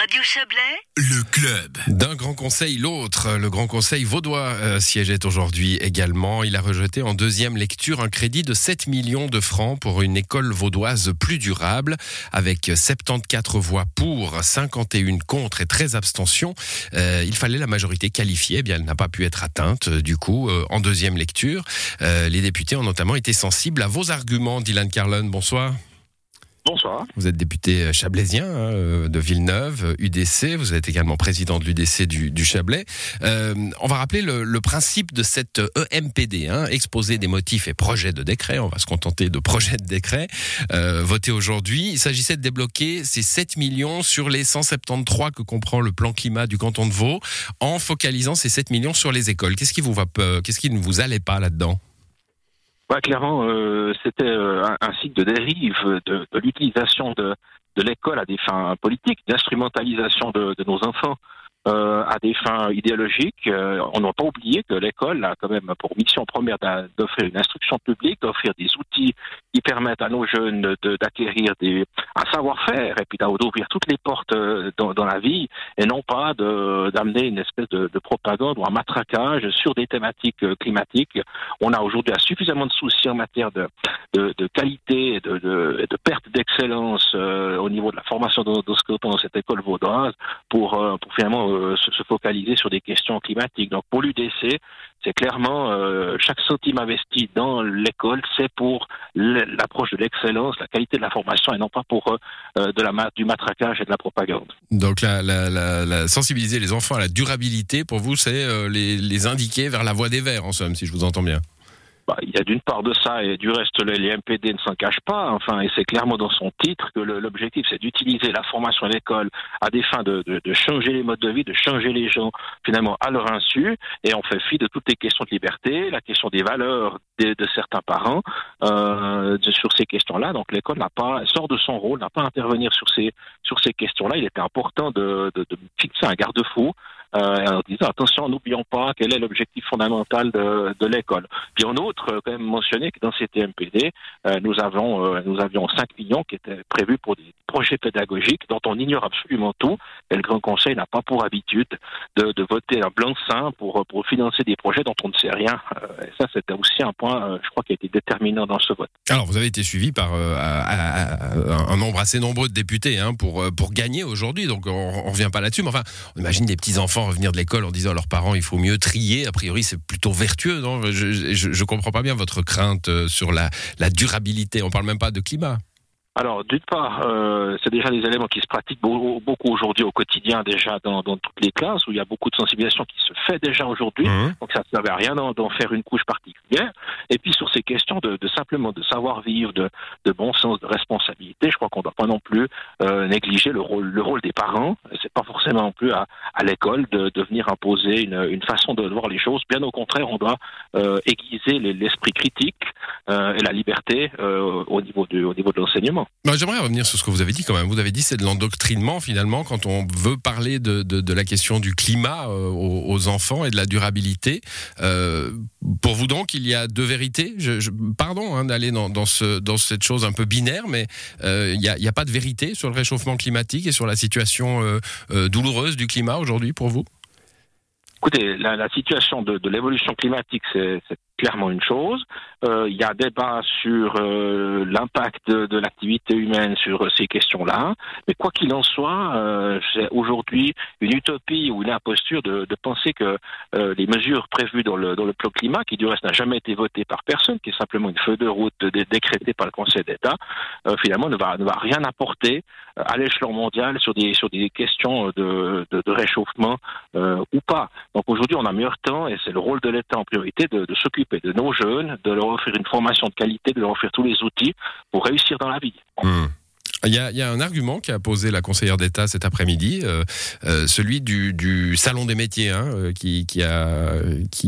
Radio Chablais, le club. D'un grand conseil, l'autre. Le grand conseil vaudois siégeait aujourd'hui également. Il a rejeté en deuxième lecture un crédit de 7 millions de francs pour une école vaudoise plus durable, avec 74 voix pour, 51 contre et 13 abstentions. Il fallait la majorité qualifiée. Eh bien, elle n'a pas pu être atteinte. Du coup, en deuxième lecture, les députés ont notamment été sensibles à vos arguments. Dylan Carlon, bonsoir. Bonsoir. Vous êtes député chablaisien de Villeneuve, UDC. Vous êtes également président de l'UDC du Chablais. On va rappeler le principe de cette EMPD, exposé des motifs et projet de décret. On va se contenter de projet de décret voté aujourd'hui. Il s'agissait de débloquer ces 7 millions sur les 173 que comprend le plan climat du canton de Vaud, en focalisant ces 7 millions sur les écoles. Qu'est-ce qui ne vous allait pas là-dedans ? Clairement, c'était un signe de dérive de l'utilisation de l'école à des fins politiques, d'instrumentalisation de nos enfants à des fins idéologiques. On n'a pas oublié que l'école a quand même pour mission première d'offrir une instruction publique, d'offrir des outils qui permettent à nos jeunes d'acquérir un savoir-faire et puis d'ouvrir toutes les portes dans la vie, et non pas d'amener une espèce de propagande ou un matraquage sur des thématiques climatiques. On a aujourd'hui suffisamment de soucis en matière de qualité et de perte d'excellence au niveau de la formation dans cette école vaudoise pour finalement se focaliser sur des questions climatiques. Donc pour l'UDC, c'est clairement chaque centime investi dans l'école, c'est pour l'approche de l'excellence, la qualité de la formation, et non pas pour du matraquage et de la propagande. Donc la sensibiliser les enfants à la durabilité, pour vous, c'est les indiquer vers la voie des verts, en somme, si je vous entends bien. Il y a d'une part de ça, et du reste, les MPD ne s'en cachent pas. Et c'est clairement dans son titre que l'objectif, c'est d'utiliser la formation à l'école à des fins de changer les modes de vie, de changer les gens, finalement, à leur insu. Et on fait fi de toutes les questions de liberté, la question des valeurs de certains parents, sur ces questions-là. Donc l'école sort de son rôle, n'a pas à intervenir sur ces questions-là. Il était important de fixer un garde-fou, en disant attention, n'oublions pas quel est l'objectif fondamental de l'école. Puis en outre, quand même mentionner que dans ces TMPD, nous avions 5 millions qui étaient prévus pour des projets pédagogiques dont on ignore absolument tout, et le Grand Conseil n'a pas pour habitude de voter un blanc-seing pour financer des projets dont on ne sait rien. Et ça, c'était aussi un point, je crois, qui a été déterminant dans ce vote. Alors, vous avez été suivi par un nombre assez nombreux de députés pour gagner aujourd'hui, donc on revient pas là-dessus, mais enfin, on imagine des petits-enfants revenir de l'école en disant à leurs parents il faut mieux trier. A priori, c'est plutôt vertueux, non ? Je comprends pas bien votre crainte sur la durabilité. On parle même pas de climat. Alors, d'une part, c'est déjà des éléments qui se pratiquent beaucoup aujourd'hui au quotidien, déjà dans toutes les classes, où il y a beaucoup de sensibilisation qui se fait déjà aujourd'hui. Donc, ça ne servait à rien d'en faire une couche particulière. Et puis, sur ces questions de simplement de savoir-vivre, de bon sens, de responsabilité, je crois qu'on ne doit pas non plus négliger le rôle des parents. C'est pas forcément non plus à l'école de venir imposer une façon de voir les choses. Bien au contraire, on doit aiguiser l'esprit critique et la liberté au niveau de l'enseignement. J'aimerais revenir sur ce que vous avez dit quand même. Vous avez dit c'est de l'endoctrinement finalement quand on veut parler de la question du climat aux enfants et de la durabilité. Pour vous donc, il y a deux vérités. Pardon d'aller dans cette chose un peu binaire, mais il y a pas de vérité sur le réchauffement climatique et sur la situation douloureuse du climat aujourd'hui pour vous ? Écoutez, la situation de l'évolution climatique, c'est clairement une chose. Il y a débat sur l'impact de l'activité humaine sur ces questions-là. Mais quoi qu'il en soit, c'est aujourd'hui une utopie ou une imposture de penser que les mesures prévues dans le plan climat, qui du reste n'a jamais été voté par personne, qui est simplement une feuille de route décrétée par le Conseil d'État, finalement ne va rien apporter à l'échelon mondial sur des questions de réchauffement ou pas. Donc aujourd'hui, on a meilleur temps, et c'est le rôle de l'État en priorité de s'occuper de nos jeunes, de leur offrir une formation de qualité, de leur offrir tous les outils pour réussir dans la vie. Il y a un argument qu'a posé la conseillère d'État cet après-midi, celui du salon des métiers, qui a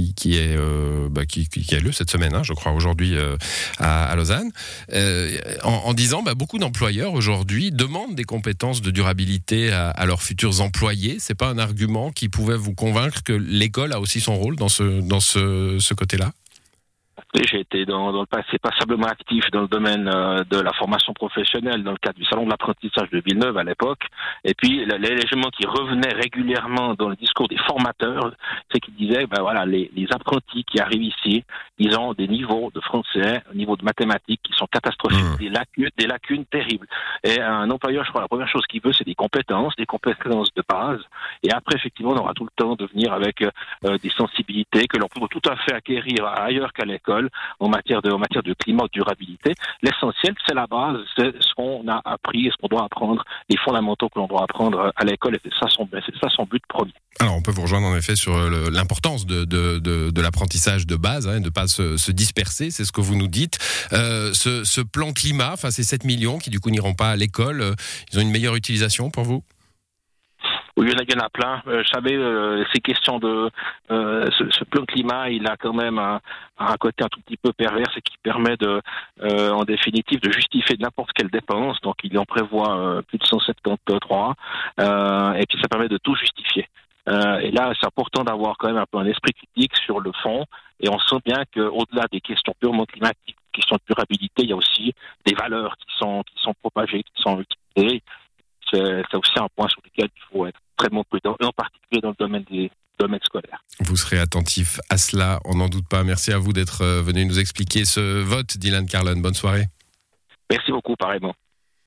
lieu cette semaine, je crois aujourd'hui à Lausanne, en disant beaucoup d'employeurs aujourd'hui demandent des compétences de durabilité à leurs futurs employés. C'est pas un argument qui pouvait vous convaincre que l'école a aussi son rôle dans ce côté-là ? Et j'ai été dans le passé passablement actif dans le domaine de la formation professionnelle dans le cadre du salon de l'apprentissage de Villeneuve à l'époque. Et puis l'élément qui revenait régulièrement dans le discours des formateurs, c'est qu'ils disaient les apprentis qui arrivent ici, ils ont des niveaux de français, un niveau de mathématiques qui sont catastrophiques, des lacunes terribles. Et un employeur, je crois, la première chose qu'il veut, c'est des compétences de base. Et après, effectivement, on aura tout le temps de venir avec des sensibilités que l'on peut tout à fait acquérir ailleurs qu'à l'école. En matière de climat, de durabilité, l'essentiel, c'est la base, c'est ce qu'on a appris et ce qu'on doit apprendre, les fondamentaux que l'on doit apprendre à l'école, et c'est ça son but premier. Alors, on peut vous rejoindre en effet sur l'importance de l'apprentissage de base, de ne pas se disperser, c'est ce que vous nous dites. Ce plan climat, ces 7 millions qui du coup n'iront pas à l'école, ils ont une meilleure utilisation pour vous ? Oui, il y en a plein. Vous savez, ces questions de ce plan climat, il a quand même un côté un tout petit peu pervers, c'est qu'il permet en définitive de justifier n'importe quelle dépense. Donc, il en prévoit plus de 173, et puis ça permet de tout justifier. Et là, c'est important d'avoir quand même un peu un esprit critique sur le fond. Et on sent bien qu'au-delà des questions purement climatiques, des questions de durabilité, il y a aussi des valeurs qui sont propagées, qui sont utilisées. C'est aussi un point sur lequel il faut être extrêmement prudent, et en particulier dans le domaine scolaire. Vous serez attentif à cela, on n'en doute pas. Merci à vous d'être venu nous expliquer ce vote, Dylan Carlon. Bonne soirée. Merci beaucoup, pareillement.